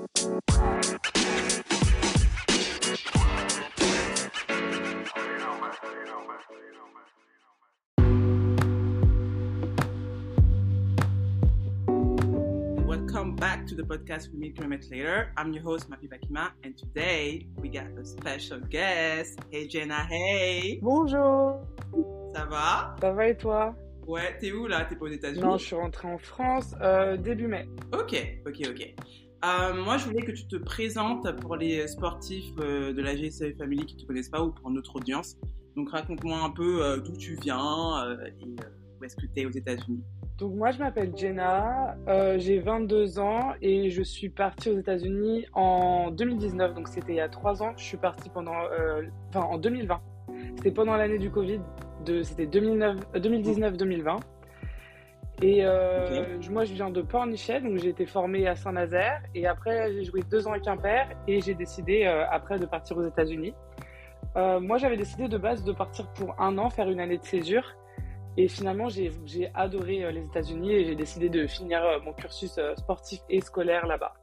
Welcome back to the podcast We Meet Kilometers Later. I'm your host, Mapi Bakima, and today we got a special guest. Hey Jenna, hey! Bonjour! Ça va? Ça va et toi? Ouais, t'es où là? T'es pas aux États-Unis? Non, je suis rentrée en France début mai. Ok. Moi, je voulais que tu te présentes pour les sportifs de la GSA Family qui te connaissent pas ou pour notre audience. Donc raconte-moi un peu d'où tu viens et où est-ce que t'es aux États-Unis. Donc moi, je m'appelle Jenna, j'ai 22 ans et je suis partie aux États-Unis en 2019. Donc c'était il y a 3 ans. Je suis partie en 2020. C'était pendant l'année du Covid. C'était 2019-2020. Et moi, je viens de Pornichet, donc j'ai été formée à Saint-Nazaire. Et après, j'ai joué 2 ans à Quimper et j'ai décidé après de partir aux États-Unis. Moi, j'avais décidé de base de partir pour 1 an, faire une année de césure. Et finalement, j'ai adoré les États-Unis et j'ai décidé de finir mon cursus sportif et scolaire là-bas.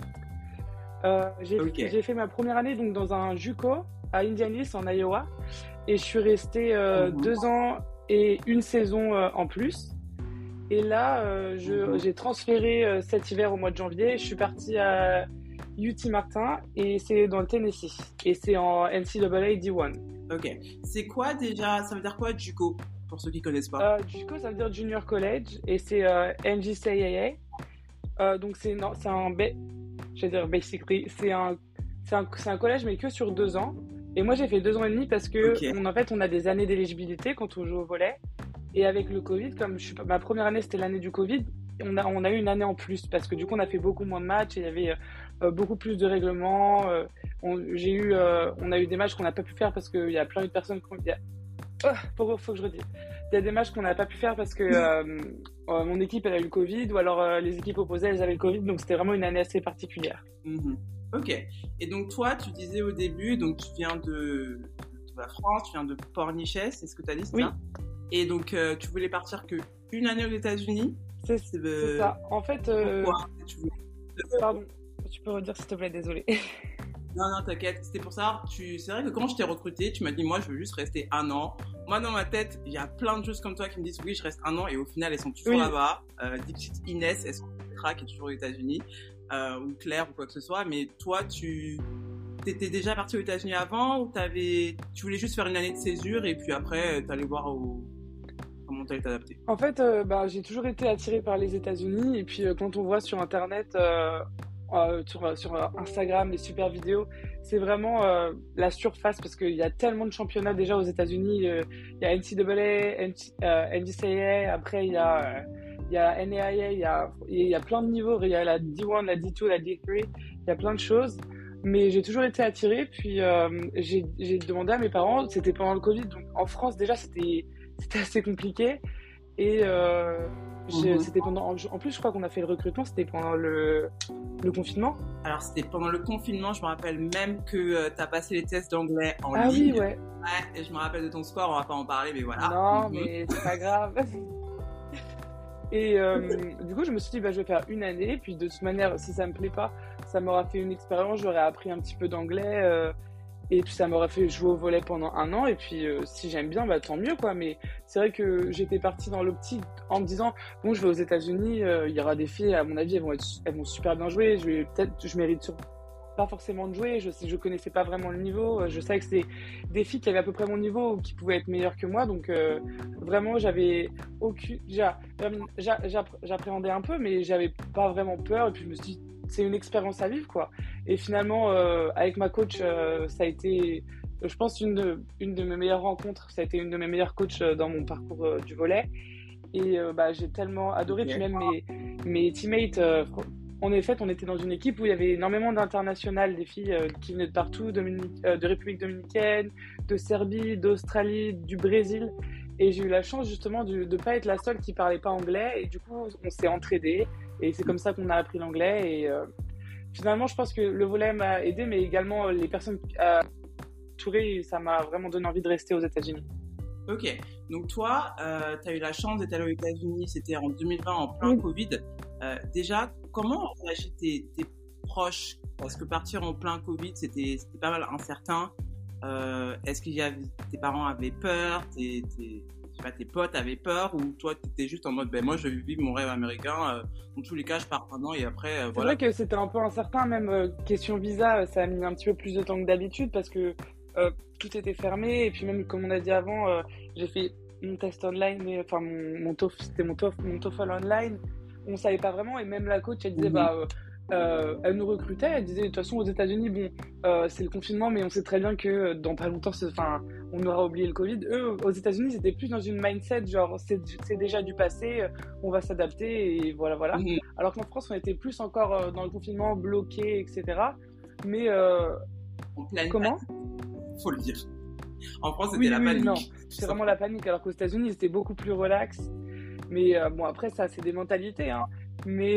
J'ai fait ma première année donc, dans un JUCO à Indianapolis, en Iowa. Et je suis restée 2 ans et 1 saison en plus. Et là, j'ai transféré cet hiver au mois de janvier. Je suis partie à UT Martin et c'est dans le Tennessee. Et c'est en NCAA D1. Ok. C'est quoi déjà? Ça veut dire quoi, JUCO? Pour ceux qui connaissent pas. JUCO, ça veut dire Junior College et c'est NJCAA. Donc c'est un collège mais que sur 2 ans. Et moi j'ai fait 2 ans et demi parce que on a des années d'éligibilité quand on joue au volley. Et avec le Covid, ma première année c'était l'année du Covid, on a eu une année en plus parce que du coup on a fait beaucoup moins de matchs et il y avait beaucoup plus de règlements. On a eu des matchs qu'on n'a pas pu faire parce qu'il y a plein de personnes faut que je redise. Il y a des matchs qu'on n'a pas pu faire parce que mon équipe elle a eu le Covid ou alors les équipes opposées elles avaient le Covid, donc c'était vraiment une année assez particulière. Ok. Et donc toi tu disais au début, donc tu viens de la France, tu viens de Pornichet, c'est ce que tu as dit, c'est ça? Et donc tu voulais partir que 1 année aux États-Unis? C'est ça. En fait, pourquoi pardon, tu peux redire s'il te plaît, désolée. Non, t'inquiète, c'était pour ça. C'est vrai que quand je t'ai recruté, tu m'as dit, moi, je veux juste rester 1 an. Moi, dans ma tête, il y a plein de choses comme toi qui me disent, oui, je reste 1 an, et au final, elles sont toujours là-bas. Dixit Inès, est-ce qui est toujours aux États-Unis, ou Claire, ou quoi que ce soit. Mais toi, tu t'étais déjà parti aux États-Unis avant, ou tu voulais juste faire une année de césure, et puis après, t'allais voir comment t'allais t'adapter? En fait, j'ai toujours été attirée par les États-Unis, et puis quand on voit sur Internet, sur Instagram, les super vidéos, c'est vraiment la surface parce qu'il y a tellement de championnats déjà aux États-Unis. Il y a NCAA, NJCAA, après il y a NAIA, il y a plein de niveaux. Il y a la D1, la D2, la D3, il y a plein de choses. Mais j'ai toujours été attirée. Puis j'ai demandé à mes parents, c'était pendant le Covid, donc en France déjà c'était assez compliqué. Et c'était en plus je crois qu'on a fait le recrutement, c'était pendant le confinement. Alors c'était pendant le confinement, je me rappelle même que t'as passé les tests d'anglais en ligne. Ah oui, ouais. Et je me rappelle de ton score, on va pas en parler, mais voilà. Non, mais c'est pas grave. Et du coup je me suis dit je vais faire 1 année, puis de toute manière si ça me plaît pas, ça m'aura fait une expérience, j'aurais appris un petit peu d'anglais. Et puis ça m'aurait fait jouer au volley pendant 1 an, et puis si j'aime bien, tant mieux quoi. Mais c'est vrai que j'étais partie dans l'optique en me disant bon, je vais aux États-Unis, il y aura des filles, à mon avis elles vont super bien jouer, je mérite pas forcément de jouer, je connaissais pas vraiment le niveau, je savais que c'était des filles qui avaient à peu près mon niveau ou qui pouvaient être meilleures que moi, donc vraiment j'avais j'appréhendais un peu, mais j'avais pas vraiment peur, et puis je me suis dit c'est une expérience à vivre quoi. Et finalement avec ma coach ça a été je pense une de mes meilleures rencontres, ça a été une de mes meilleures coachs dans mon parcours du volley, et j'ai tellement adoré. Puis même mes teammates, on était dans une équipe où il y avait énormément d'internationales, des filles qui venaient de partout, de République dominicaine, de Serbie, d'Australie, du Brésil. Et j'ai eu la chance justement de ne pas être la seule qui parlait pas anglais, et du coup on s'est entraidés, et c'est comme ça qu'on a appris l'anglais. Et finalement je pense que le volley m'a aidé, mais également les personnes entourées, ça m'a vraiment donné envie de rester aux États-Unis. Ok, donc toi, tu as eu la chance d'être allé aux États-Unis, c'était en 2020 en plein Covid. Déjà, comment ont réagi proches? Parce que partir en plein Covid, c'était pas mal incertain. Est-ce tes parents avaient peur, je sais pas, tes potes avaient peur, ou toi, t'étais juste en mode, ben moi, je vais vivre mon rêve américain. Dans tous les cas, je pars un an et après, C'est voilà. vrai que c'était un peu incertain, même question visa, ça a mis un petit peu plus de temps que d'habitude parce que tout était fermé. Et puis même, comme on a dit avant, j'ai fait mon test online, enfin mon TOEFL, c'était mon TOEFL online. On savait pas vraiment, et même la coach, elle disait, elle nous recrutait, elle disait, de toute façon, aux États-Unis, bon, c'est le confinement, mais on sait très bien que dans pas longtemps, on aura oublié le Covid. Eux, aux États-Unis, ils étaient plus dans une mindset, genre, c'est déjà du passé, on va s'adapter, et voilà, voilà. Alors qu'en France, on était plus encore dans le confinement, bloqué, etc. Mais, En pleine comment? panique, faut le dire. En France, c'était Oui, la oui, panique. non, c'est vraiment la panique, alors qu'aux États-Unis, ils étaient beaucoup plus relax. Mais bon, après, ça, c'est des mentalités, hein. Mais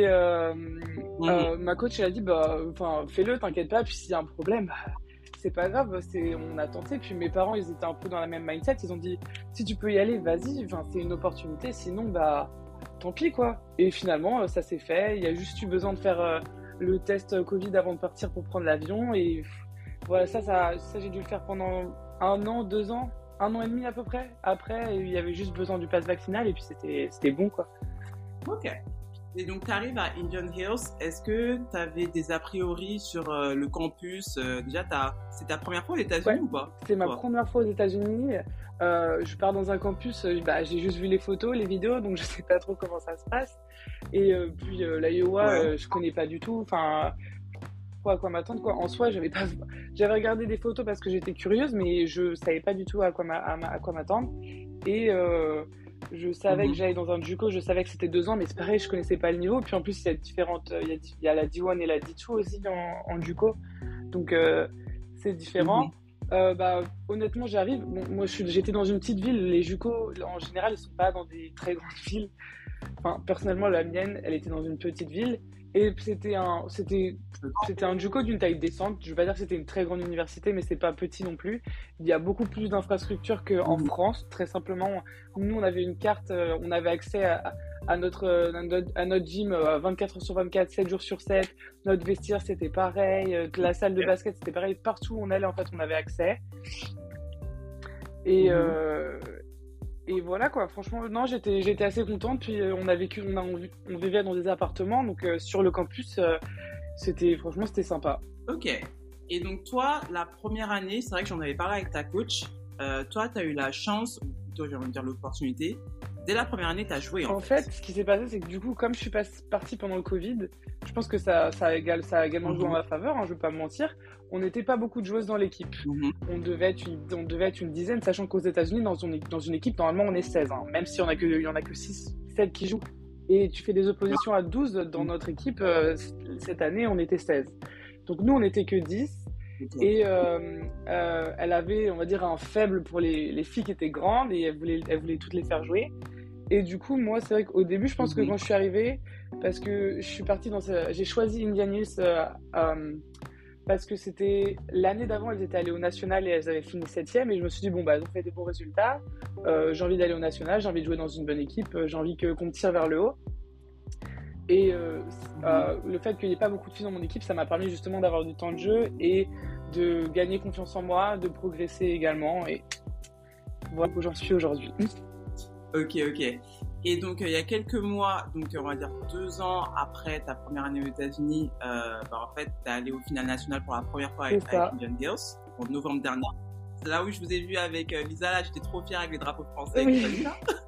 ma coach, elle a dit, fais-le, t'inquiète pas, puis s'il y a un problème, c'est pas grave, on a tenté. Puis mes parents, ils étaient un peu dans la même mindset, ils ont dit, si tu peux y aller, vas-y, c'est une opportunité, sinon, tant pis, quoi. Et finalement, ça s'est fait, il y a juste eu besoin de faire le test Covid avant de partir pour prendre l'avion, et voilà, ça, j'ai dû le faire pendant 1 an, 2 ans, 1 an et demi à peu près. Après, il y avait juste besoin du pass vaccinal, et puis c'était bon, quoi. Ok. Et donc, tu arrives à Indian Hills. Est-ce que tu avais des a priori sur le campus? Déjà, c'est ta première fois aux États-Unis ou pas? C'était ma première fois aux États-Unis. Je pars dans un campus, j'ai juste vu les photos, les vidéos, donc je sais pas trop comment ça se passe. Et puis l'Iowa, je connais pas du tout. Enfin, à quoi m'attendre, quoi. En soi, j'avais regardé des photos parce que j'étais curieuse, mais je savais pas du tout à quoi m'attendre. Et je savais que j'allais dans un JUCO, je savais que c'était 2 ans, mais c'est pareil, je connaissais pas le niveau. Puis en plus, il y a différentes, il y a la D1 et la D2 aussi en JUCO, donc c'est différent. Honnêtement, j'arrive. Bon, moi, j'étais dans une petite ville. Les JUCO, en général, ils sont pas dans des très grandes villes. Enfin, personnellement, la mienne, elle était dans une petite ville. Et c'était un JUCO d'une taille décente. Je ne veux pas dire que c'était une très grande université, mais c'est pas petit non plus. Il y a beaucoup plus d'infrastructures qu'en France, très simplement. Nous, on avait une carte, on avait accès à notre gym 24 heures sur 24, 7 jours sur 7. Notre vestiaire, c'était pareil. La salle de basket, c'était pareil. Partout où on allait, en fait, on avait accès. Et voilà, quoi. Franchement, non, j'étais assez contente. Puis on vivait dans des appartements, donc sur le campus, franchement, c'était sympa. Ok. Et donc toi, la première année, c'est vrai que j'en avais parlé avec ta coach. Toi, tu as eu la chance, ou plutôt j'ai envie de dire l'opportunité. Dès la première année, tu as joué. En fait, ce qui s'est passé, c'est que du coup, comme je suis partie pendant le Covid, je pense que ça a également joué en ma faveur, hein, je ne vais pas me mentir. On n'était pas beaucoup de joueuses dans l'équipe. On devait être une dizaine, sachant qu'aux États-Unis, dans une équipe, normalement, on est 16. Hein, même s'il y en a que 6, 7 qui jouent. Et tu fais des oppositions à 12 dans notre équipe. Cette année, on était 16. Donc nous, on n'était que 10. Et elle avait, on va dire, un faible pour les filles qui étaient grandes, et elle voulait toutes les faire jouer. Et du coup, moi, c'est vrai qu'au début, je pense que quand je suis arrivée, parce que je suis partie j'ai choisi Indian Hills parce que c'était l'année d'avant, elles étaient allées au national et elles avaient fini 7e, et je me suis dit, bon, elles ont fait des bons résultats, j'ai envie d'aller au national, j'ai envie de jouer dans une bonne équipe, j'ai envie qu'on me tire vers le haut. Et le fait qu'il n'y ait pas beaucoup de filles dans mon équipe, ça m'a permis justement d'avoir du temps de jeu et de gagner confiance en moi, de progresser également, et voilà où j'en suis aujourd'hui. Ok. Et donc, il y a quelques mois, donc on va dire 2 ans après ta première année aux États-Unis, en fait, tu es allé au final national pour la première fois avec Indian Hills en novembre dernier. C'est là où je vous ai vu avec Lisa, là, j'étais trop fière avec les drapeaux français. Oui.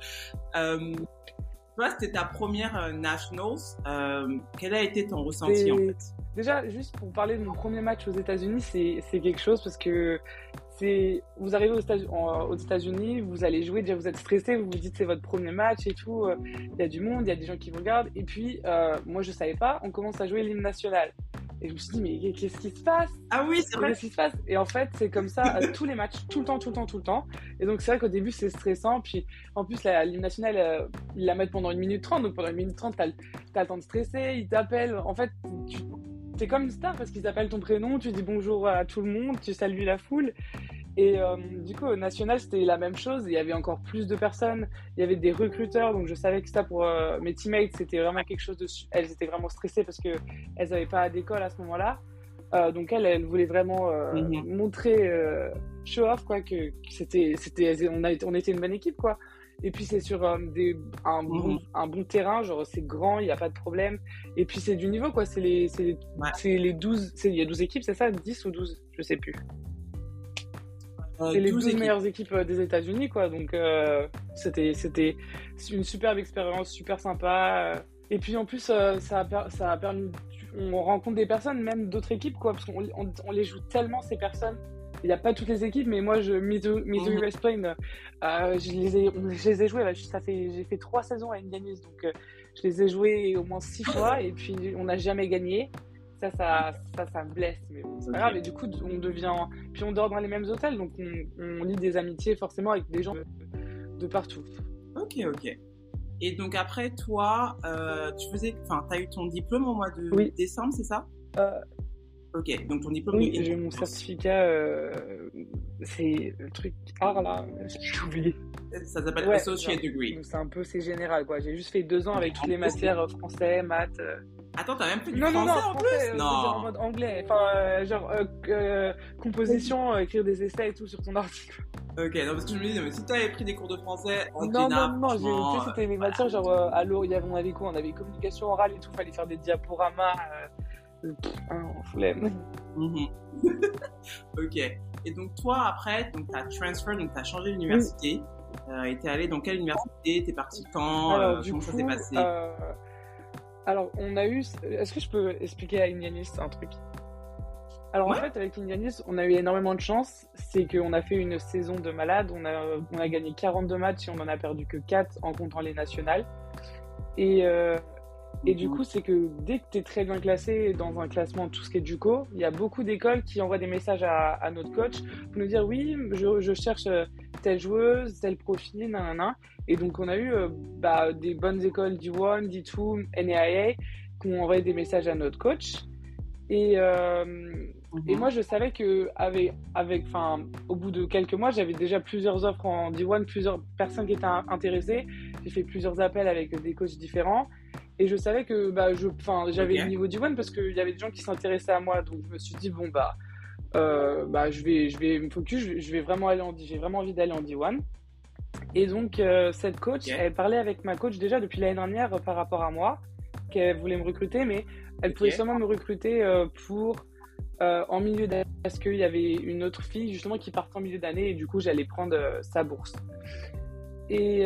Toi, c'était ta première Nationals. Quel a été ton ressenti en fait? Déjà, juste pour parler de mon premier match aux États-Unis, c'est quelque chose parce que vous arrivez aux États-Unis, vous allez jouer, déjà vous êtes stressé, vous vous dites c'est votre premier match et tout, il y a du monde, il y a des gens qui vous regardent, et puis moi je savais pas, on commence à jouer l'hymne national. Et je me suis dit, mais qu'est-ce qui se passe? Ah oui, c'est vrai. Qu'est-ce qui se passe? Et en fait, c'est comme ça à tous les matchs, tout le temps. Et donc, c'est vrai qu'au début, c'est stressant. Puis, en plus, l'hymne national, ils la mettent pendant 1 minute 30. Donc, pendant 1 minute 30, t'as le temps de stresser. Ils t'appellent. En fait, t'es comme une star parce qu'ils t'appellent ton prénom. Tu dis bonjour à tout le monde. Tu salues la foule. Et du coup, au national, c'était la même chose. Il y avait encore plus de personnes. Il y avait des recruteurs. Donc, je savais que ça, pour mes teammates, c'était vraiment quelque chose de... Elles étaient vraiment stressées parce qu'elles n'avaient pas d'école à ce moment-là. Donc, elles voulaient vraiment montrer, show off, quoi, que on était une bonne équipe, quoi. Et puis, c'est sur un bon terrain. Genre, c'est grand, il n'y a pas de problème. Et puis, c'est du niveau, quoi. C'est les 12... Il y a 12 équipes, c'est ça? 10 ou 12? Je sais plus. C'est les 12 meilleures équipes des États-Unis, quoi. Donc, c'était une superbe expérience, super sympa. Et puis, en plus, ça a permis... On rencontre des personnes, même d'autres équipes, quoi, parce qu'on les joue tellement, ces personnes. Il n'y a pas toutes les équipes, mais moi, Missouri West Plain, je les ai jouées. J'ai fait 3 saisons à Indianapolis, donc je les ai jouées au moins 6 fois, et puis on n'a jamais gagné. Ça me blesse, mais bon, c'est pas grave. Et du coup, puis on dort dans les mêmes hôtels, donc on lie des amitiés forcément avec des gens de partout. Ok. Et donc après, toi, t'as eu ton diplôme au mois de décembre, c'est ça? Ok, donc ton diplôme. Oui, j'ai mon certificat, c'est le truc art là, j'ai oublié. Ça s'appelle Associate Degree. C'est général, quoi. J'ai juste fait 2 ans avec toutes les matières français, maths. Attends, t'as même fait du français en plus? Non, en mode anglais. Enfin, composition, écrire des essais et tout sur ton article. Ok, non, parce que je me dis, mais si t'avais pris des cours de français, non, c'était les matières, genre, on avait quoi? On avait communication orale et tout, fallait faire des diaporamas. Flemme. Ok. Et donc, toi, après, t'as transfer, donc t'as changé d'université. Et t'es allé dans quelle université? T'es parti quand? Alors, comment ça s'est passé? Alors, on a eu... Est-ce que je peux expliquer à Indianis un truc? Alors, en fait, avec Indianis, on a eu énormément de chance. C'est qu'on a fait une saison de malade. On a gagné 42 matchs et on en a perdu que 4 en comptant les nationales. Et du coup, c'est que dès que tu es très bien classé dans un classement, tout ce qui est JUCO, il y a beaucoup d'écoles qui envoient des messages à notre coach pour nous dire oui, je cherche telle joueuse, tel profil, nanana. Et donc, on a eu des bonnes écoles D1, D2, NAIA qui ont envoyé des messages à notre coach. Et moi, je savais que au bout de quelques mois, j'avais déjà plusieurs offres en D1, plusieurs personnes qui étaient intéressées. J'ai fait plusieurs appels avec des coachs différents. Et je savais que j'avais le niveau D1 parce qu'il y avait des gens qui s'intéressaient à moi. Donc, je me suis dit, je vais me focus, j'ai vraiment envie d'aller en D1. Et donc, cette coach, elle parlait avec ma coach déjà depuis l'année dernière par rapport à moi, qu'elle voulait me recruter, mais elle pouvait seulement me recruter en milieu d'année parce qu'il y avait une autre fille justement qui partait en milieu d'année et du coup, j'allais prendre sa bourse. Et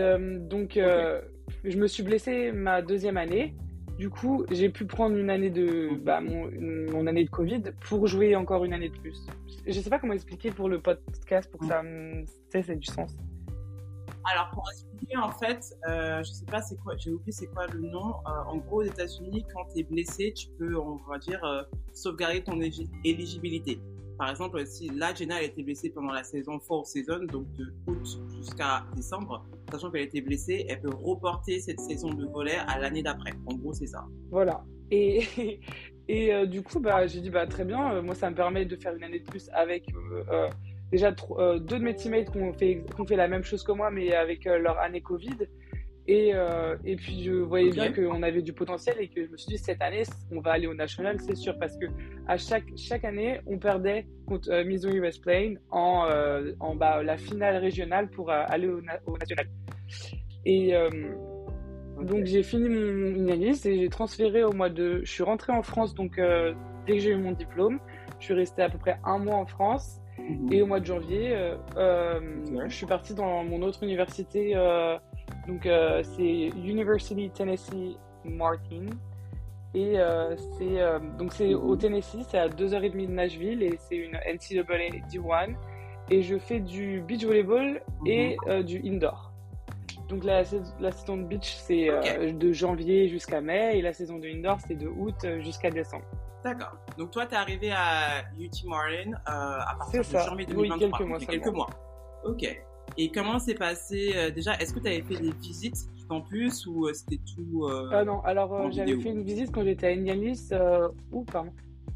je me suis blessée ma 2e année. Du coup, j'ai pu prendre une année mon année de Covid pour jouer encore une année de plus. Je sais pas comment expliquer pour le podcast pour que ça ait du sens. Alors, pour expliquer, en fait, je sais pas j'ai oublié c'est quoi le nom. En gros, aux États-Unis, quand tu es blessé, tu peux, on va dire, sauvegarder ton éligibilité. Par exemple, si là, Jenna, elle était blessée pendant la saison fall season, donc de août jusqu'à décembre, sachant qu'elle était blessée, elle peut reporter cette saison de volley à l'année d'après. En gros, c'est ça. Voilà. Et du coup, j'ai dit, très bien, moi, ça me permet de faire une année de plus avec déjà 2 de mes teammates qui ont fait la même chose que moi, mais avec leur année Covid. Et puis, je voyais bien qu'on avait du potentiel et que je me suis dit, cette année, on va aller au national, c'est sûr, parce que à chaque année, on perdait contre Missouri West Plain en la finale régionale pour aller au national. Et donc, j'ai fini mon analyse et j'ai transféré au mois de... Je suis rentrée en France, donc dès que j'ai eu mon diplôme, je suis restée à peu près 1 mois en France. Et au mois de janvier, je suis partie dans mon autre université... Donc, c'est University Tennessee Martin. Et c'est au Tennessee, c'est à 2h30 de Nashville et c'est une NCAA D1. Et je fais du beach volleyball et du indoor. Donc, la saison de beach, c'est de janvier jusqu'à mai et la saison de indoor, c'est de août jusqu'à décembre. D'accord. Donc, toi, tu es arrivé à UT Martin à partir de janvier 2023. Oui, quelques mois. Ok. Et comment s'est passé déjà? Est-ce que tu avais fait des visites du campus ou c'était tout Non, alors j'avais fait une visite quand j'étais à Indianapolis.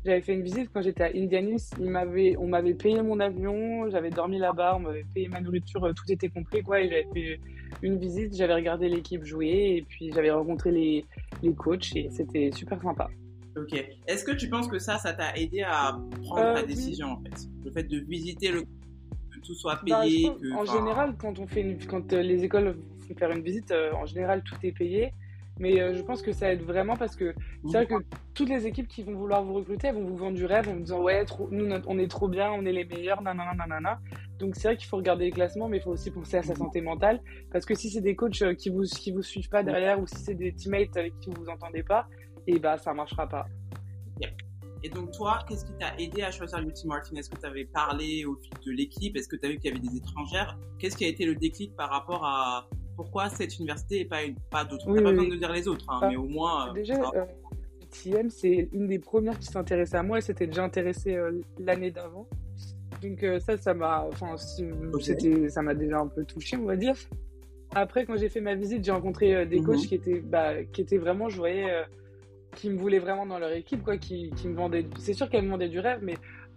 J'avais fait une visite quand j'étais à Indianapolis. On m'avait payé mon avion, j'avais dormi là-bas, on m'avait payé ma nourriture, tout était complet, quoi. Et j'avais fait une visite, j'avais regardé l'équipe jouer et puis j'avais rencontré les coachs et c'était super sympa. Ok. Est-ce que tu penses que ça t'a aidé à prendre ta Oui. décision, en fait? Le fait de visiter que tout soit Bah, je payé, pense, en général, quand les écoles font faire une visite, en général, tout est payé. Mais je pense que ça aide vraiment parce que c'est vrai que toutes les équipes qui vont vouloir vous recruter, elles vont vous vendre du rêve en vous disant ouais, nous, on est trop bien, on est les meilleurs, nanana, nanana. Donc c'est vrai qu'il faut regarder les classements, mais il faut aussi penser à sa santé mentale. Parce que si c'est des coachs qui vous suivent pas derrière ou si c'est des teammates avec qui vous entendez pas, et bah ça marchera pas. Yep. Et donc toi, qu'est-ce qui t'a aidé à choisir UT Martin? Est-ce que tu avais parlé au fil de l'équipe? Est-ce que tu as vu qu'il y avait des étrangères? Qu'est-ce qui a été le déclic par rapport à pourquoi cette université et pas d'autres? Oui, T'as pas oui, besoin oui. de dire les autres, hein, mais au moins... Déjà, UTM, c'est une des premières qui s'intéressait à moi et s'était déjà intéressée l'année d'avant. Donc ça m'a, enfin, ça m'a déjà un peu touchée, on va dire. Après, quand j'ai fait ma visite, j'ai rencontré des coachs qui étaient vraiment, je voyais, qui me voulaient vraiment dans leur équipe, quoi, qui me vendaient. C'est sûr qu'elles me vendaient du rêve, mais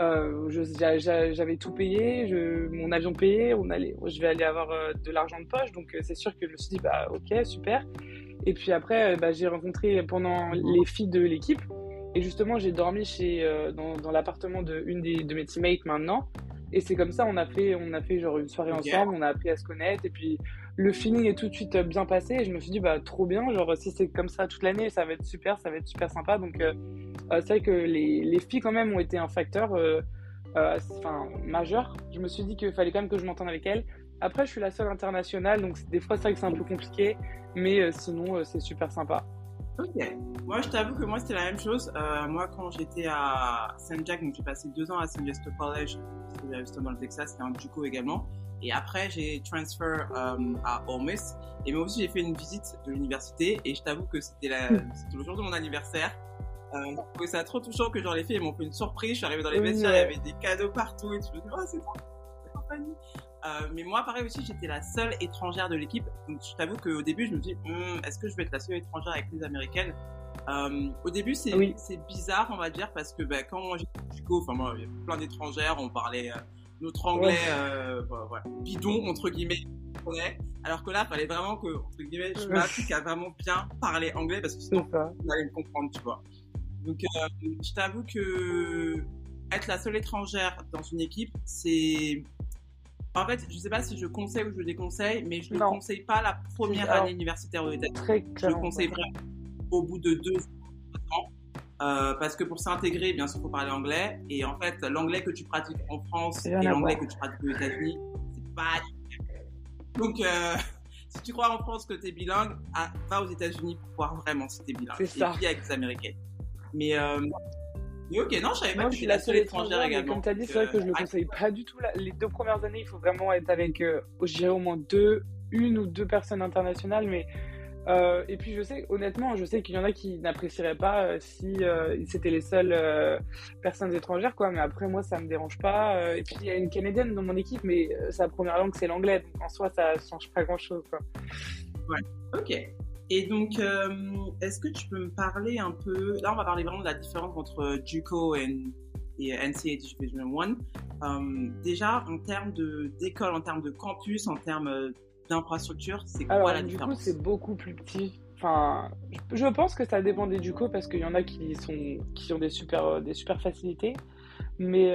j'avais tout payé, mon avion payé, je vais aller avoir de l'argent de poche, donc c'est sûr que je me suis dit, bah ok, super. Et puis après, j'ai rencontré pendant les filles de l'équipe, et justement, j'ai dormi dans l'appartement de mes teammates maintenant. Et c'est comme ça, on a fait genre une soirée ensemble, on a appris à se connaître, et puis le feeling est tout de suite bien passé, et je me suis dit, bah, trop bien, genre, si c'est comme ça toute l'année, ça va être super sympa. Donc, c'est vrai que les filles, quand même, ont été un facteur, majeur. Je me suis dit qu'il fallait quand même que je m'entende avec elles. Après, je suis la seule internationale, donc des fois, c'est vrai que c'est un peu compliqué, mais sinon, c'est super sympa. Ok. Moi, je t'avoue que moi, c'était la même chose. Moi, quand j'étais à St. Jack, donc j'ai passé 2 ans à Sylvester College, c'était justement dans le Texas, c'était un JUCO également. Et après, j'ai transfer à Ole Miss. Et moi aussi, j'ai fait une visite de l'université. Et je t'avoue que c'était le jour de mon anniversaire. Je trouvais ça trop touchant que genre les filles elles m'ont fait une surprise. Je suis arrivée dans les vestiaires, il y avait des cadeaux partout et tout. Je me suis dit, oh, c'est trop, c'est compagnie. Mais moi, pareil aussi, j'étais la seule étrangère de l'équipe. Donc, je t'avoue qu'au début, je me dis, est-ce que je vais être la seule étrangère avec les Américaines? Au début, c'est bizarre, on va dire, parce que quand moi j'étais au Chico, enfin moi, il y avait plein d'étrangères, on parlait notre anglais voilà, bidon entre guillemets. Alors que là, il fallait vraiment que entre guillemets, je m'applique à vraiment bien parler anglais parce que sinon, on allait me comprendre, tu vois. Donc, je t'avoue que être la seule étrangère dans une équipe, c'est en fait, je sais pas si je conseille ou je déconseille, mais je ne conseille pas la première année universitaire aux États-Unis. Je le conseille vraiment au bout de 2 ans. Parce que pour s'intégrer, bien sûr, il faut parler anglais. Et en fait, l'anglais que tu pratiques en France et l'anglais que tu pratiques aux États-Unis, c'est pas... Donc, si tu crois en France que tu es bilingue, va aux États-Unis pour voir vraiment si tu es bilingue. C'est ça. Et puis avec les Américaines. Mais ok, non, je savais pas que je tu suis étais la seule étrangère également. Comme tu as dit, c'est vrai que je le conseille pas du tout. Les 2 premières années, il faut vraiment être avec, je dirais au moins 1 ou 2 personnes internationales. Mais, et puis honnêtement, je sais qu'il y en a qui n'apprécieraient pas si c'était les seules personnes étrangères, quoi. Mais après, moi, ça me dérange pas. Et puis, il y a une Canadienne dans mon équipe, mais sa première langue, c'est l'anglais. Donc, en soi, ça change pas grand-chose, quoi. Ouais, ok. Et donc, est-ce que tu peux me parler un peu... Là, on va parler vraiment de la différence entre JUCO et NCAA Division I. Déjà, en termes d'école, en termes de campus, en termes d'infrastructure, c'est quoi la différence? Du coup, c'est beaucoup plus petit. Enfin, je pense que ça dépend des JUCO parce qu'il y en a qui ont des super facilités. Mais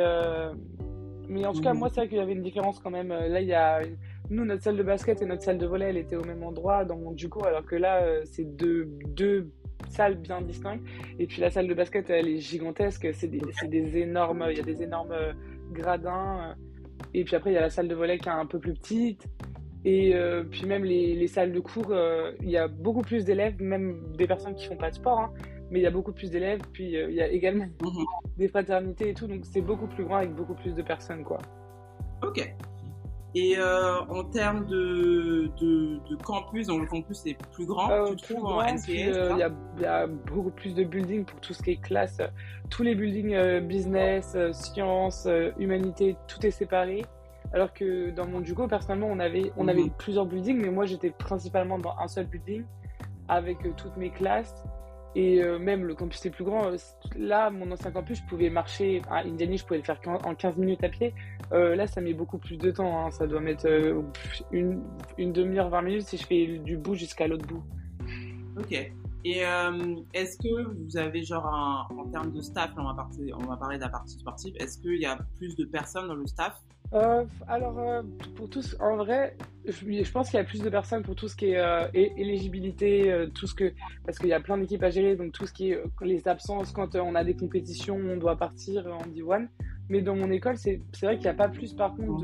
en tout cas, moi, c'est vrai qu'il y avait une différence quand même. Là, nous, notre salle de basket et notre salle de volley, elle était au même endroit dans mon JUCO, alors que là, c'est deux salles bien distinctes. Et puis la salle de basket, elle est gigantesque. C'est des énormes, il y a des énormes gradins. Et puis après, il y a la salle de volley qui est un peu plus petite. Et puis même les salles de cours, il y a beaucoup plus d'élèves, même des personnes qui font pas de sport, hein, mais il y a beaucoup plus d'élèves. Puis il y a également des fraternités et tout, donc c'est beaucoup plus grand avec beaucoup plus de personnes, quoi. Ok. Et en termes de campus, donc le campus est plus grand, tu trouves en NCAA? Il y a beaucoup plus de buildings pour tout ce qui est classe. Tous les buildings business, sciences, humanité, tout est séparé. Alors que dans mon JUCO, personnellement, on avait plusieurs buildings, mais moi j'étais principalement dans un seul building avec toutes mes classes. Et même le campus est plus grand. Là, mon ancien campus, je pouvais marcher à Indiana, je pouvais le faire en 15 minutes à pied. Là, ça met beaucoup plus de temps, hein. Ça doit mettre une demi-heure, 20 minutes si je fais du bout jusqu'à l'autre bout. Ok. Et est-ce que vous avez genre en termes de staff, là, on va parler de la partie sportive, est-ce qu'il y a plus de personnes dans le staff? Alors, pour tous, en vrai, je pense qu'il y a plus de personnes pour tout ce qui est éligibilité, parce qu'il y a plein d'équipes à gérer, donc tout ce qui est les absences, quand on a des compétitions, on doit partir en D1. Mais dans mon école, c'est vrai qu'il n'y a pas plus, par contre,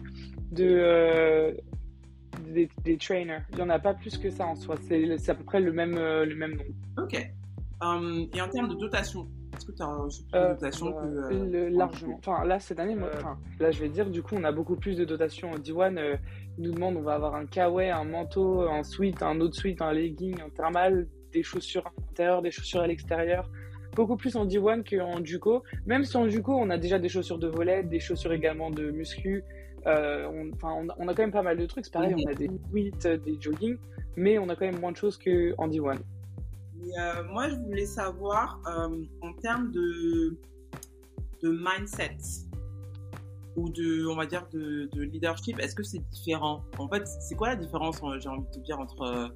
des trainers. Il n'y en a pas plus que ça en soi. C'est à peu près le même nombre. Ok. Et en termes de dotation, est-ce que tu as reçu plus de dotation que... Largement. Enfin, là, cette année, là, je vais dire, du coup, on a beaucoup plus de dotations en D1. Ils nous demandent, on va avoir un kawaii, un manteau, un sweat, un autre sweat, un legging, un thermal, des chaussures à l'intérieur, des chaussures à l'extérieur. Beaucoup plus en D1 qu'en Juco. Même si en Juco, on a déjà des chaussures de volet, des chaussures également de muscu. On a quand même pas mal de trucs. C'est pareil, on a des sweats, des jogging, mais on a quand même moins de choses qu'en D1. Moi, je voulais savoir, en termes de mindset ou on va dire, de leadership, est-ce que c'est différent? En fait, c'est quoi la différence, j'ai envie de te dire, entre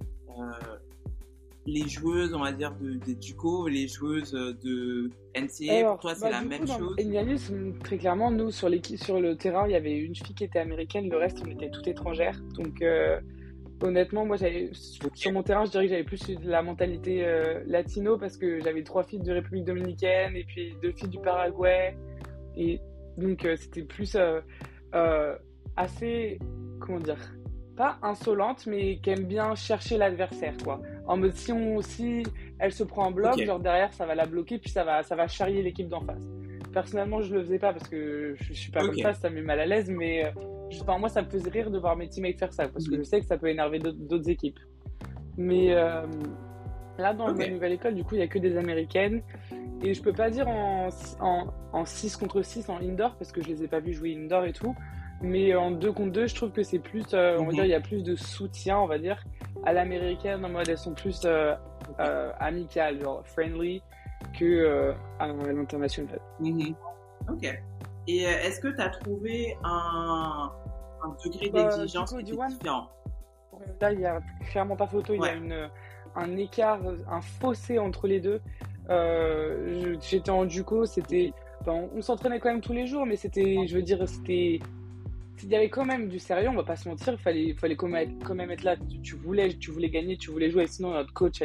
les joueuses, on va dire, de Duco et les joueuses de NCAA? Alors, pour toi, c'est la même chose? Indianapolis, très clairement, nous, sur le terrain, il y avait une fille qui était américaine, le reste, on était toutes étrangères. Donc, honnêtement, moi, sur mon terrain, je dirais que j'avais plus la mentalité latino parce que j'avais 3 filles de République dominicaine et puis 2 filles du Paraguay. Et donc, c'était plus assez, comment dire, pas insolente, mais qui aime bien chercher l'adversaire, quoi. En mode, si elle se prend un bloc, genre derrière, ça va la bloquer, puis ça va charrier l'équipe d'en face. Personnellement, je le faisais pas parce que je suis pas comme ça me met mal à l'aise, mais moi, ça me faisait rire de voir mes teammates faire ça, parce que je sais que ça peut énerver d'autres équipes. Mais là, dans ma nouvelle école, du coup, il y a que des Américaines, et je peux pas dire en 6 contre 6 en indoor, parce que je les ai pas vues jouer indoor et tout, mais en 2 contre 2, je trouve que c'est plus, on va dire, il y a plus de soutien, on va dire, à l'américaine, en mode elles sont plus amicales, genre friendly, que à l'international. Ok. Et est-ce que tu as trouvé un degré d'exigence qui est différent? Là, il n'y a clairement pas photo, il y a un écart, un fossé entre les deux. J'étais en Duco, on s'entraînait quand même tous les jours, mais il y avait quand même du sérieux, on va pas se mentir, il fallait quand même être là. Tu voulais gagner, tu voulais jouer, sinon notre coach,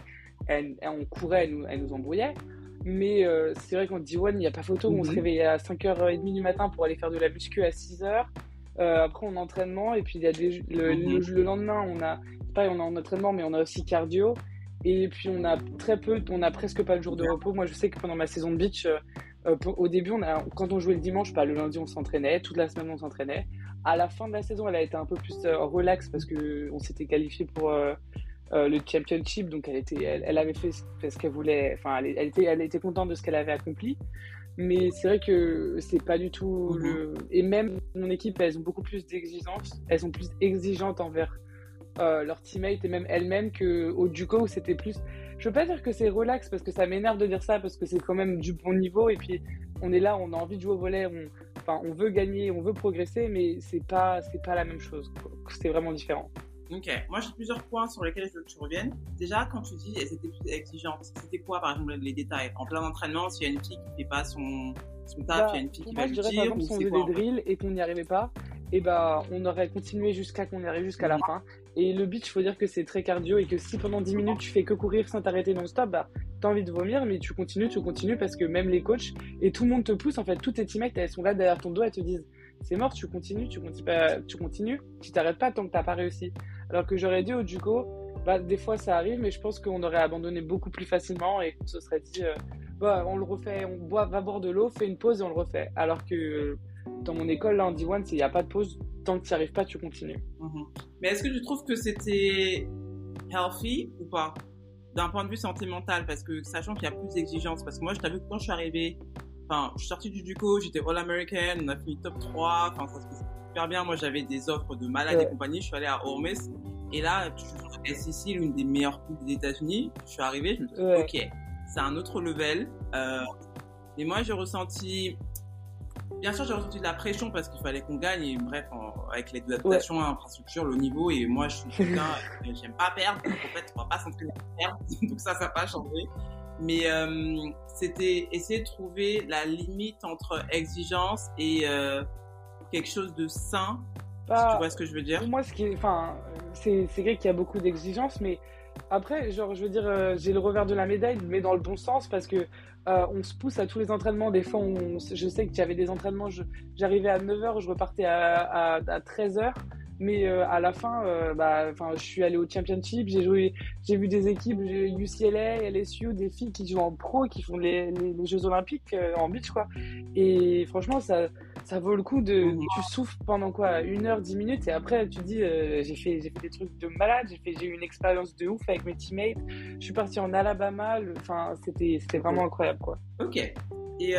on courait, elle nous embrouillait. Mais c'est vrai qu'en D1, il n'y a pas photo, on se réveillait à 5h30 du matin pour aller faire de la muscu à 6h. Après, on a entraînement, et puis il y a le lendemain, on a en entraînement, mais on a aussi cardio. Et puis on a presque pas de jour de repos. Moi, je sais que pendant ma saison de beach, au début, quand on jouait le dimanche, le lundi, on s'entraînait, toute la semaine, on s'entraînait. À la fin de la saison, elle a été un peu plus relax parce qu'on s'était qualifié pour le championship, donc elle avait fait ce qu'elle voulait, enfin, elle était contente de ce qu'elle avait accompli. Mais c'est vrai que c'est pas du tout et même mon équipe, elles ont beaucoup plus d'exigences, elles sont plus exigeantes envers leurs teammates et même elles-mêmes qu'au Duco où c'était plus, je veux pas dire que c'est relax parce que ça m'énerve de dire ça parce que c'est quand même du bon niveau et puis on est là, on a envie de jouer au volley, on veut gagner, on veut progresser, mais c'est pas la même chose, c'est vraiment différent. Ok, moi j'ai plusieurs points sur lesquels je veux que tu reviennes. Déjà, quand tu dis elles étaient plus exigeantes, c'était quoi par exemple les détails? En plein entraînement, s'il y a une fille qui fait pas son taf, il y a une fille qui va lui dire, par exemple, si on faisait des drills et qu'on n'y arrivait pas, et on aurait continué jusqu'à qu'on y arrive jusqu'à la fin. Et le beach, il faut dire que c'est très cardio et que si pendant 10 minutes tu fais que courir sans t'arrêter non-stop, t'as envie de vomir, mais tu continues parce que même les coachs et tout le monde te pousse, en fait, toutes tes teammates, elles sont là derrière ton dos, elles te disent c'est mort, tu continues, tu t'arrêtes pas tant que t'as pas réussi. Alors que j'aurais dit au Duco, des fois ça arrive, mais je pense qu'on aurait abandonné beaucoup plus facilement et qu'on se serait dit on le refait, va boire de l'eau, fais une pause et on le refait. Alors que dans mon école, là, en D1, il n'y a pas de pause. Tant que tu n'y arrives pas, tu continues. Mais est-ce que tu trouves que c'était healthy ou pas? D'un point de vue santé mentale, parce que sachant qu'il y a plus d'exigences, parce que moi, je t'avoue que quand je suis arrivée, je suis sortie du Duco, j'étais All-American, on a fini top 3, ça se passait super bien. Moi, j'avais des offres de malades et compagnie. Je suis allée à Ole Miss. Et là, tu joues contre SEC, l'une des meilleures poules des États-Unis. Je suis arrivée, je me suis dit, Ouais. ok, c'est un autre level. Mais moi, j'ai ressenti de la pression parce qu'il fallait qu'on gagne. Et bref, avec les adaptations à l'infrastructure, le niveau. Et moi, je suis quelqu'un, j'aime pas perdre. Donc, en fait, on va pas s'entraîner à perdre. Donc ça n'a pas changé. Mais c'était essayer de trouver la limite entre exigence et quelque chose de sain. Si tu vois ce que je veux dire. Pour moi, c'est vrai qu'il y a beaucoup d'exigences, mais après, genre, je veux dire, j'ai le revers de la médaille, mais dans le bon sens, parce que on se pousse à tous les entraînements. Des fois, je sais qu'il y avait des entraînements, j'arrivais à 9h, je repartais à 13h. Mais à la fin, je suis allé au championship, j'ai vu des équipes, UCLA, LSU, des filles qui jouent en pro, qui font les Jeux Olympiques en beach, quoi. Et franchement, ça vaut le coup tu souffles pendant quoi, 1h, 10 minutes, et après, tu te dis, j'ai fait des trucs de malade, j'ai eu une expérience de ouf avec mes teammates, je suis parti en Alabama, c'était vraiment incroyable, quoi. Ok. Et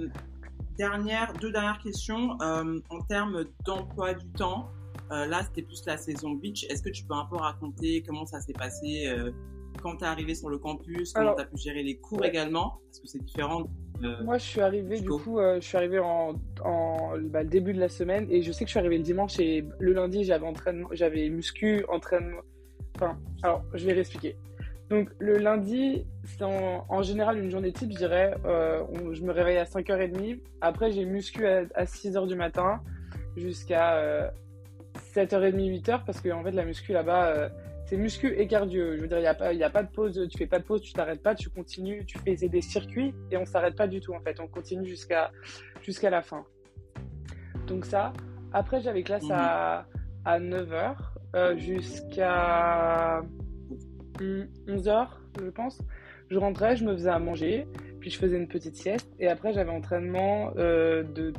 deux dernières questions, en termes d'emploi du temps. Là, c'était plus la saison beach. Est-ce que tu peux un peu raconter comment ça s'est passé quand tu es arrivé sur le campus, comment tu as pu gérer les cours également? Parce que c'est différent. Moi, je suis arrivé je suis arrivé le début de la semaine, et je sais que je suis arrivé le dimanche, et le lundi, j'avais muscu, entraînement. Alors, je vais réexpliquer. Donc, le lundi, c'est en général une journée type, je dirais. Je me réveille à 5h30. Après, j'ai muscu à 6h du matin jusqu'à 7h30, 8h, parce que en fait la muscu là-bas, c'est muscu et cardio. Je veux dire, il y a pas de pause, tu fais pas de pause, tu t'arrêtes pas, tu continues, tu fais des circuits, et on s'arrête pas du tout en fait, on continue jusqu'à la fin. Donc ça, après j'avais classe à 9h jusqu'à 11h, je pense. Je rentrais, je me faisais à manger, puis je faisais une petite sieste, et après j'avais entraînement de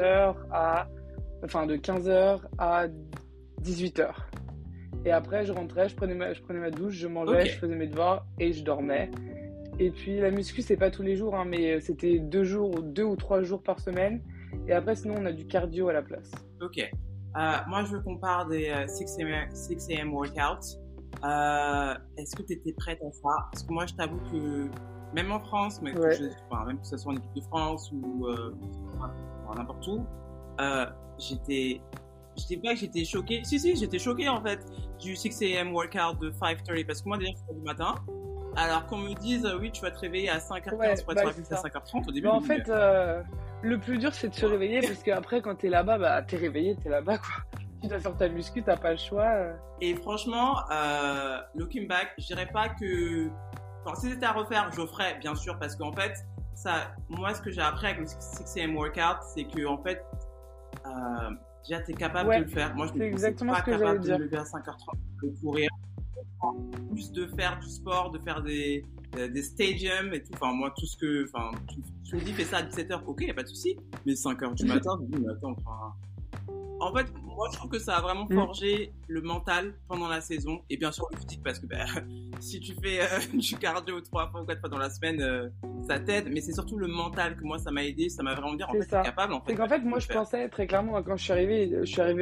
15h à 18h. Et après, je rentrais, je prenais ma douche, je mangeais, je faisais mes devoirs et je dormais. Et puis, la muscu, c'est pas tous les jours, hein, mais c'était 2 ou 3 jours par semaine. Et après, sinon, on a du cardio à la place. Ok. Moi, je veux qu'on parle des 6 a.m. workouts. Est-ce que tu étais prête à ça? Parce que moi, je t'avoue que même en France, même que ce soit en équipe de France ou n'importe où, j'étais choquée. Si, j'étais choquée en fait du 6 a.m. workout de 5:30 parce que moi déjà je fais du matin. Alors qu'on me dise oui, tu vas te réveiller à 5h15 pour être à 5h30 au début. En fait, le plus dur c'est de se réveiller parce qu'après quand t'es là-bas, t'es réveillé, t'es là-bas quoi. Tu dois faire ta muscu, t'as pas le choix. Et franchement, looking back, je dirais pas que. Enfin, si c'était à refaire, je ferais bien sûr parce qu'en fait, moi ce que j'ai appris avec le 6 a.m. workout, c'est que en fait. Déjà, t'es capable de le faire. Moi, je ne suis pas capable de me lever à 5h30, de courir, plus de faire du sport, de faire des stadiums et tout. Enfin, moi, tout ce que, tu me dis, fais ça à 17h, ok, y a pas de souci. Mais 5h du matin, je me dis, mais attends, en fait, moi, je trouve que ça a vraiment forgé le mental pendant la saison et bien sûr le physique parce que si tu fais du cardio 3 fois ou 4 fois dans la semaine, ça t'aide. Mais c'est surtout le mental que moi, ça m'a aidé. Ça m'a vraiment dit, en fait, t'es capable. En fait, c'est qu'en fait, moi, je pensais très clairement quand je suis arrivée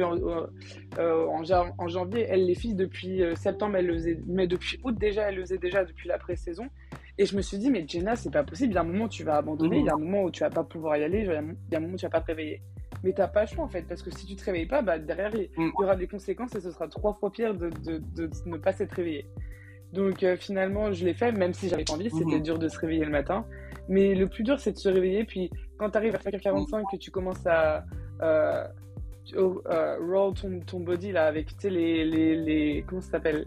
en janvier. Les filles, depuis septembre, elles le faisaient, mais depuis août déjà, elles le faisaient déjà depuis la pré-saison. Et je me suis dit, mais Jenna, c'est pas possible. Il y a un moment où tu vas abandonner, il y a un moment où tu vas pas pouvoir y aller, il y a un moment où tu vas pas te réveiller. Mais t'as pas le choix en fait, parce que si tu te réveilles pas, derrière il y aura des conséquences et ce sera 3 fois pire de ne pas s'être réveillé. Donc finalement, je l'ai fait, même si j'avais pas envie, c'était dur de se réveiller le matin. Mais le plus dur, c'est de se réveiller, puis quand t'arrives à 5h45, que tu commences à roll ton body là, avec tu sais, les comment ça s'appelle,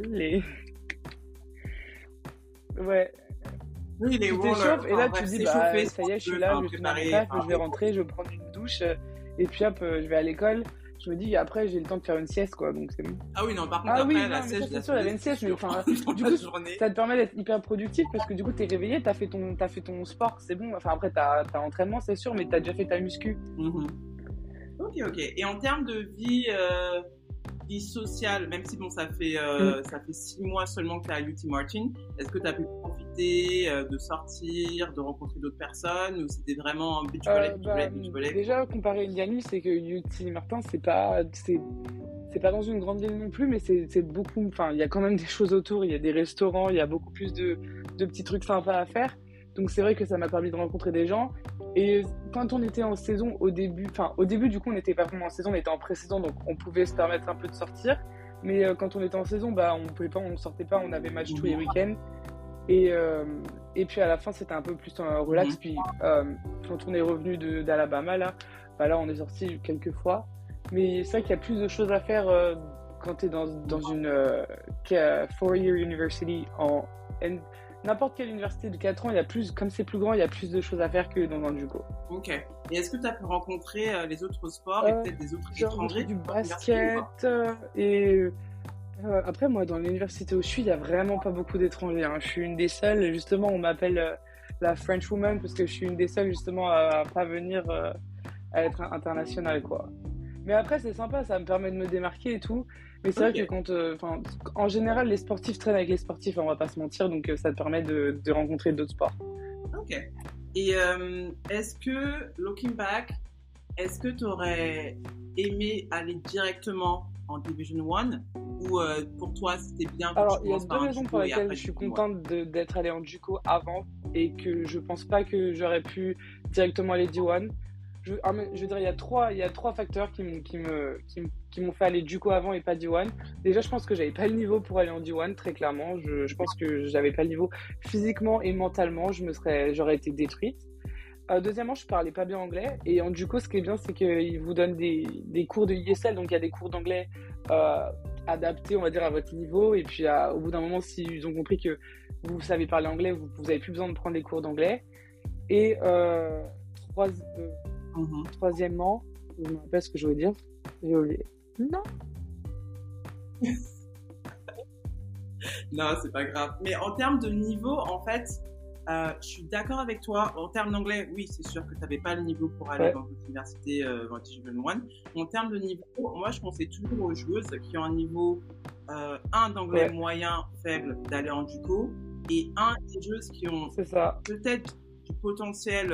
ouais. Oui, les tu t'échauffes et là tu te dis ça y est, je suis là, je vais finir mon taf, je vais rentrer, je vais prendre une douche et puis hop, je vais à l'école. Je me dis après j'ai le temps de faire une sieste quoi, donc c'est bon. Ah oui, non, par contre après la sieste, c'est sûr, il y avait une sieste, mais enfin du coup ça te permet d'être hyper productif parce que du coup t'es réveillé, t'as fait ton sport, c'est bon. Enfin après t'as entraînement c'est sûr, mais t'as déjà fait ta muscu. Ok. Et en termes de vie sociale, même si bon ça fait 6 mois seulement que tu es à UT Martin, est-ce que tu as pu profiter de sortir, de rencontrer d'autres personnes, ou c'était vraiment un beach volley? Déjà comparé à Indiana, c'est que UT Martin c'est c'est pas dans une grande ville non plus, mais c'est beaucoup. Enfin, il y a quand même des choses autour. Il y a des restaurants, il y a beaucoup plus de petits trucs sympas à faire. Donc c'est vrai que ça m'a permis de rencontrer des gens. Et quand on était en saison au début du coup on n'était pas vraiment en saison, on était en pré-saison, donc on pouvait se permettre un peu de sortir. Mais quand on était en saison, bah on pouvait pas, on sortait pas, on avait match tous les week-ends. Et, euh, et puis à la fin c'était un peu plus relax. Puis quand on est revenu d'Alabama là, bah là on est sorti quelques fois. Mais c'est vrai qu'il y a plus de choses à faire quand tu es dans une four-year university n'importe quelle université de 4 ans, il y a plus, comme c'est plus grand, il y a plus de choses à faire que dans un JUCO. Ok. Et est-ce que tu as pu rencontrer les autres sports et peut-être des autres étrangers? Du basket après, moi, dans l'université où je suis, il n'y a vraiment pas beaucoup d'étrangers. Hein. Je suis une des seules, justement, on m'appelle la French Woman parce que je suis une des seules, justement, à pas venir à être internationale, quoi. Mais après, c'est sympa, ça me permet de me démarquer et tout. Mais c'est vrai que en général, les sportifs traînent avec les sportifs, on va pas se mentir, donc ça te permet de rencontrer d'autres sports. Ok. Et est-ce que, looking back, est-ce que tu aurais aimé aller directement en Division 1 ou pour toi c'était bien que Alors, tu il y a commences par deux un raisons JUCO pour et lesquelles après je suis Division 1? contente d'être allée en JUCO avant et que je pense pas que j'aurais pu directement aller D1. Je veux dire, il y a trois facteurs qui m'ont fait aller JUCO avant et pas D1. Déjà, je pense que j'avais pas le niveau pour aller en D1, très clairement. Je pense que j'avais pas le niveau physiquement et mentalement, j'aurais été détruite. Deuxièmement, je parlais pas bien anglais. Et en JUCO, ce qui est bien, c'est qu'ils vous donnent des cours de ISL. Donc, il y a des cours d'anglais adaptés, on va dire, à votre niveau. Et puis, au bout d'un moment, s'ils ont compris que vous savez parler anglais, vous avez plus besoin de prendre des cours d'anglais. Et troisièmement, je me rappelle ce que je voulais dire. J'ai oublié. Non. Non, c'est pas grave. Mais en termes de niveau, en fait, je suis d'accord avec toi. En termes d'anglais, oui, c'est sûr que tu n'avais pas le niveau pour aller dans l'université en Division 1. En termes de niveau, moi, je pensais toujours aux joueuses qui ont un niveau 1 d'anglais moyen, faible, d'aller en JUCO, et des joueuses qui ont peut-être du potentiel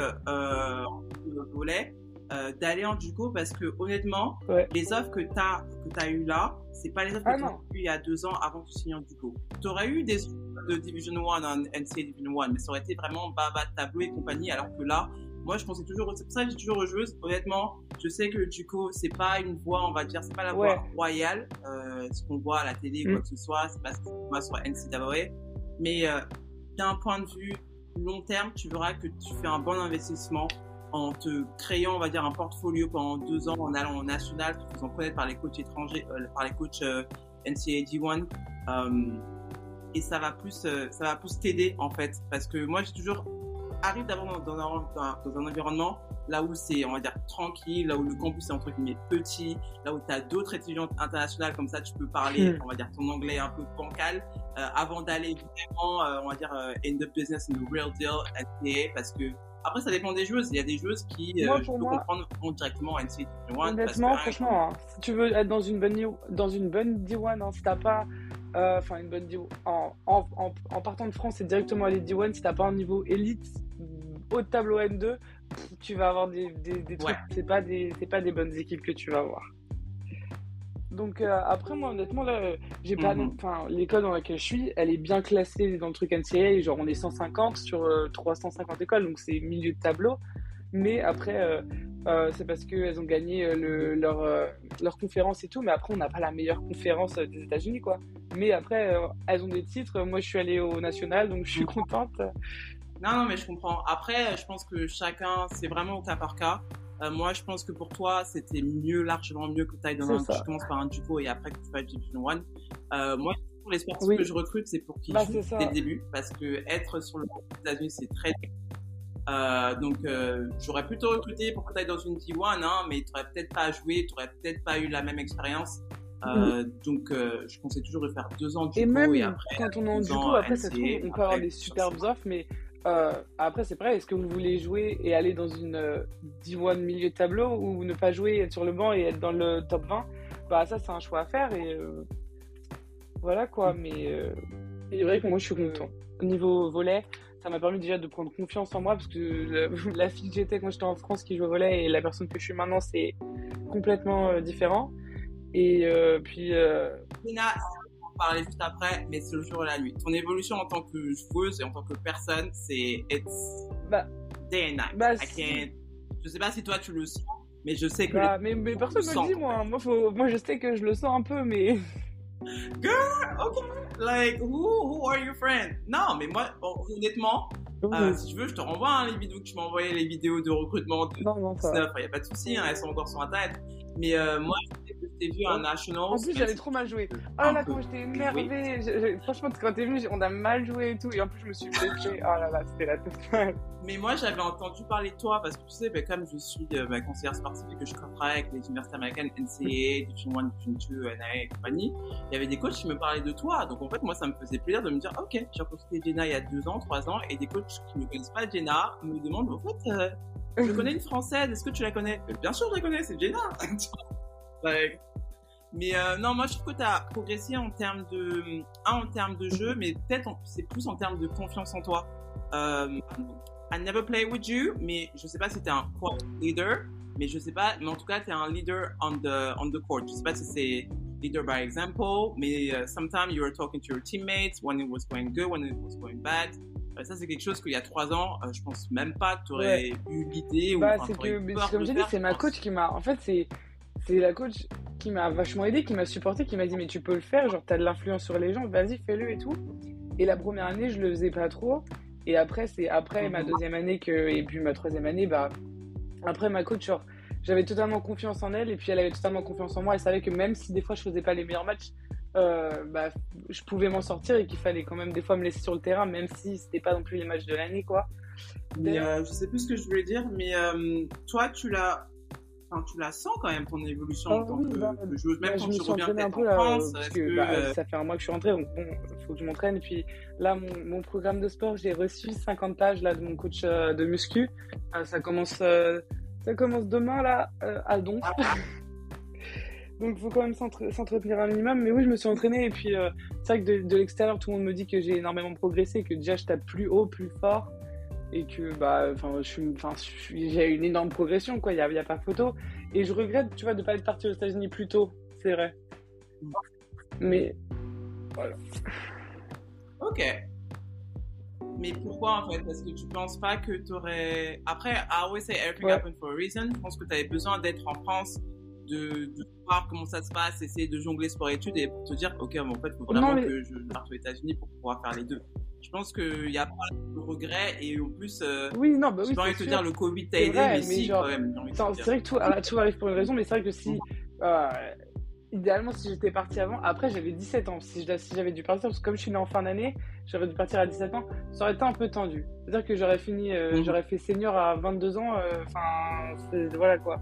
volet d'aller en JUCO, parce que honnêtement, les offres que tu as eues là, c'est pas les offres que tu as eues il y a 2 ans avant que tu signes en JUCO. Tu aurais eu des offres de Division 1 en NCAA Division 1, mais ça aurait été vraiment bas de tableau et compagnie, alors que là, moi je pensais toujours, c'est pour ça que j'ai toujours aux joueuses, honnêtement, je sais que le JUCO c'est pas une voie, on va dire, c'est pas la voie royale, ce qu'on voit à la télé ou quoi que ce soit, c'est pas ce qu'on voit sur NCAA, mais d'un point de vue long terme, tu verras que tu fais un bon investissement en te créant, on va dire, un portfolio pendant 2 ans, en allant au national, te faisant connaître par les coachs étrangers, par les coachs NCAA D1, et ça va plus t'aider en fait, parce que moi j'ai toujours arrive d'avoir dans un environnement là où c'est, on va dire, tranquille, là où le campus est entre guillemets petit, là où tu as d'autres étudiantes internationales, comme ça tu peux parler, on va dire, ton anglais un peu bancal, avant d'aller vraiment, on va dire, in the business, in the real deal, NCAA, parce que après ça dépend des joueuses, il y a des joueuses qui, je peux comprendre, vont directement en NCAA Division 1. Honnêtement, franchement, si tu veux être dans une bonne D1, hein, si t'as pas une bonne D1, en partant de France, c'est directement aller D1. Si t'as pas un niveau élite, haut de tableau N2, tu vas avoir des trucs, c'est pas des bonnes équipes que tu vas avoir. Donc après, moi honnêtement là, j'ai pas, l'école dans laquelle je suis, elle est bien classée dans le truc NCAA, genre on est 150 sur 350 écoles, donc c'est milieu de tableau. Mais après, c'est parce qu'elles ont gagné leur conférence et tout, mais après on n'a pas la meilleure conférence des États-Unis, quoi. Mais après, elles ont des titres. Moi, je suis allée au national, donc je suis contente. Non, mais je comprends. Après, je pense que chacun, c'est vraiment au cas par cas. Moi, je pense que pour toi, c'était largement mieux que tu ailles tu commences par un JUCO et après que tu fasses Division 1. Moi, pour les sportifs que je recrute, c'est pour qu'ils jouent dès le début, parce que être sur le des États-Unis, c'est très donc j'aurais plutôt recruté pour que tu ailles dans une D1, hein, mais tu n'aurais peut-être pas joué, tu n'aurais peut-être pas eu la même expérience. Donc je conseille toujours de faire 2 ans de JUCO et après quand on est en JUCO, après ça se trouve, on peut avoir des superbes offres, mais après c'est pareil, est-ce que vous voulez jouer et aller dans une D1 milieu de tableau ou ne pas jouer, être sur le banc et être dans le top 20? Bah ça c'est un choix à faire et voilà quoi, mais c'est vrai que moi je suis content. Au niveau volley, ça m'a permis déjà de prendre confiance en moi, parce que la fille que j'étais quand j'étais en France qui joue au volley et la personne que je suis maintenant, c'est complètement différent. Et puis, Gina, on va parler juste après, mais c'est le jour et la nuit. Ton évolution en tant que joueuse et en tant que personne, c'est bah, day and night. bah, I can't... Je sais pas si toi tu le sens, mais je sais que mais personne me le dit, moi. Moi, je sais que je le sens un peu, mais. Girl, okay. Like, who are your friends? Non, mais moi, honnêtement, si tu veux, je te renvoie hein, les vidéos que tu m'as envoyées, les vidéos de recrutement de Non, ça. Snuff. Il n'y a pas de souci, hein, elles sont encore sur Internet. Mais moi, je t'ai vu à Nationals. En plus, j'avais trop mal joué. Oh là là, comment j'étais énervée. Franchement, quand t'es venu, on a mal joué et tout. Et en plus, je me suis blessée. Oh là là, c'était la totale. Mais moi, j'avais entendu parler de toi parce que tu sais, comme je suis conseillère sportive et que je travaille avec les universités américaines, NCAA, Division 1, Division 2, NAIA et compagnie, il y avait des coachs qui me parlaient de toi. Donc en fait, moi, ça me faisait plaisir de me dire, ok, j'ai rencontré Jenna il y a 2 ans, 3 ans, et des coachs qui ne connaissent pas Jenna me demandent, en fait, je connais une Française, est-ce que tu la connais? Bien sûr, je la connais, c'est Jenna. Mais non, moi, je trouve que tu as progressé en termes de jeu, mais peut-être c'est plus en termes de confiance en toi. I never play with you, mais je sais pas si t'es un court leader, mais je sais pas, mais en tout cas, t'es un leader on the court. Je sais pas si c'est leader by example, mais sometimes you were talking to your teammates when it was going good, when it was going bad. Ça, c'est quelque chose qu'il y a 3 ans, je pense même pas que t'aurais eu l'idée ou c'est que, comme j'ai dit, c'est ma coach qui m'a, en fait, c'est la coach qui m'a vachement aidé, qui m'a supporté, qui m'a dit, mais tu peux le faire, genre, t'as de l'influence sur les gens, vas-y, fais-le et tout. Et la première année, je le faisais pas trop. Et après, c'est après ma 2e année et puis ma 3e année, après ma coach, genre, j'avais totalement confiance en elle et puis elle avait totalement confiance en moi. Elle savait que même si des fois je faisais pas les meilleurs matchs, je pouvais m'en sortir et qu'il fallait quand même des fois me laisser sur le terrain, même si c'était pas non plus les matchs de l'année, quoi. Mais je sais plus ce que je voulais dire, mais toi, tu la sens quand même, ton évolution en tant que joueuse, même quand tu reviens peut-être en France. Parce que ça fait un mois que je suis rentrée, donc bon, il faut que je m'entraîne. Et puis là, mon programme de sport, j'ai reçu 50 pages là, de mon coach de muscu. Ça commence demain là, à Donf. Donc il faut quand même s'entretenir un minimum. Mais oui, je me suis entraînée. Et puis c'est vrai que de l'extérieur, tout le monde me dit que j'ai énormément progressé, que déjà je tape plus haut, plus fort. Et que j'ai une énorme progression, quoi. Il y a pas photo. Et je regrette, tu vois, de pas être partie aux États-Unis plus tôt, c'est vrai. Mais voilà. Ok. Mais pourquoi en fait? Parce que tu penses pas que t'aurais. Après, I always say everything happened for a reason. Je pense que t'avais besoin d'être en France, de voir comment ça se passe, essayer de jongler sport-études et pour te dire, ok, mais en fait, il faut vraiment que je parte aux États-Unis pour pouvoir faire les deux. Je pense qu'il n'y a pas de regret et en plus, j'ai pas envie de te dire le Covid t'a aidé, mais si, genre, quand même. C'est vrai que tout arrive pour une raison, mais c'est vrai que si, idéalement, si j'étais partie avant, après j'avais 17 ans, si j'avais dû partir, parce que comme je suis née en fin d'année, j'aurais dû partir à 17 ans, ça aurait été un peu tendu. C'est-à-dire que j'aurais fini, j'aurais fait senior à 22 ans, voilà quoi.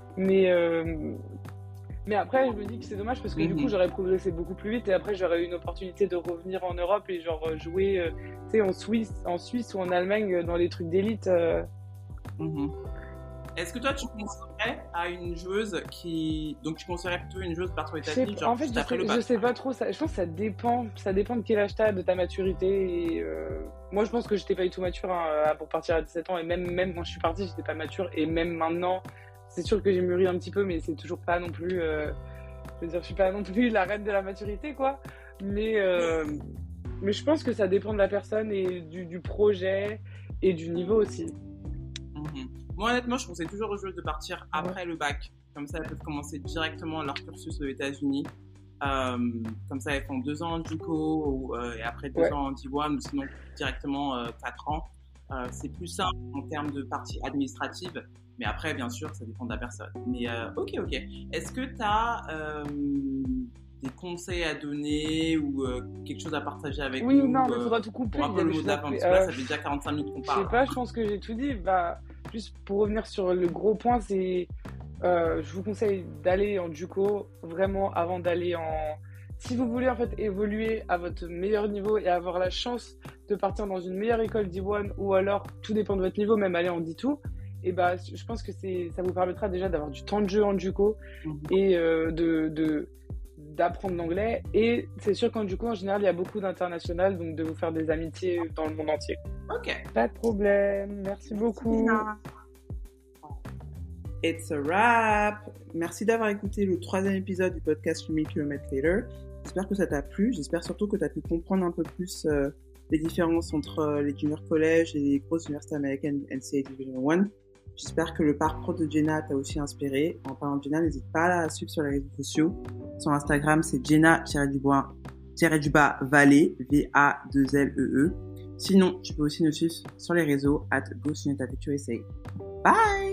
Mais après, je me dis que c'est dommage parce que du coup, j'aurais progressé beaucoup plus vite et après, j'aurais eu une opportunité de revenir en Europe et genre jouer, tu sais, en Suisse ou en Allemagne dans les trucs d'élite. Est-ce que toi, tu conseillerais à une joueuse donc tu conseillerais plutôt une joueuse partir aux États-Unis, en fait, je sais pas trop. Je pense que ça dépend de quel âge t'as, de ta maturité. Et, moi, je pense que j'étais pas du tout mature pour partir à 17 ans et même quand je suis partie, j'étais pas mature et même maintenant. C'est sûr que j'ai mûri un petit peu, mais c'est toujours pas non plus. Je veux dire, je suis pas non plus la reine de la maturité, quoi. Mais je pense que ça dépend de la personne et du projet et du niveau aussi. Moi, honnêtement, je conseille toujours aux joueuses de partir après le bac. Comme ça, elles peuvent commencer directement leur cursus aux États-Unis. Comme ça, elles font 2 ans en JUCO et après 2 ans en D1 ou sinon directement 4 ans. C'est plus simple en termes de partie administrative. Mais après, bien sûr, ça dépend de la personne. Mais ok. Est-ce que tu as des conseils à donner ou quelque chose à partager avec nous? Oui, non, mais il faudra tout couper. Pour un peu le mot d'avant, parce que là, ça fait déjà 45 minutes qu'on parle. Je sais pas, je pense que j'ai tout dit. Juste pour revenir sur le gros point, c'est je vous conseille d'aller en JUCO vraiment avant d'aller en... Si vous voulez en fait évoluer à votre meilleur niveau et avoir la chance de partir dans une meilleure école D1 ou alors, tout dépend de votre niveau, même aller en D2, et je pense que ça vous permettra déjà d'avoir du temps de jeu en JUCO et d'apprendre l'anglais. Et c'est sûr qu'en JUCO, en général, il y a beaucoup d'international, donc de vous faire des amitiés dans le monde entier. Ok. Pas de problème. Merci beaucoup. It's a wrap. Merci d'avoir écouté le 3e épisode du podcast 1000 km Later. J'espère que ça t'a plu. J'espère surtout que tu as pu comprendre un peu plus les différences entre les junior collèges et les grosses universités américaines NCAA Division I. J'espère que le parcours de Jenna t'a aussi inspiré. En parlant de Jenna, n'hésite pas à la suivre sur les réseaux sociaux. Sur Instagram, c'est Jenna-Vallée, V-A-2-L-E-E. Sinon, tu peux aussi nous suivre sur les réseaux @GoStudentAtitudeUSA. Bye!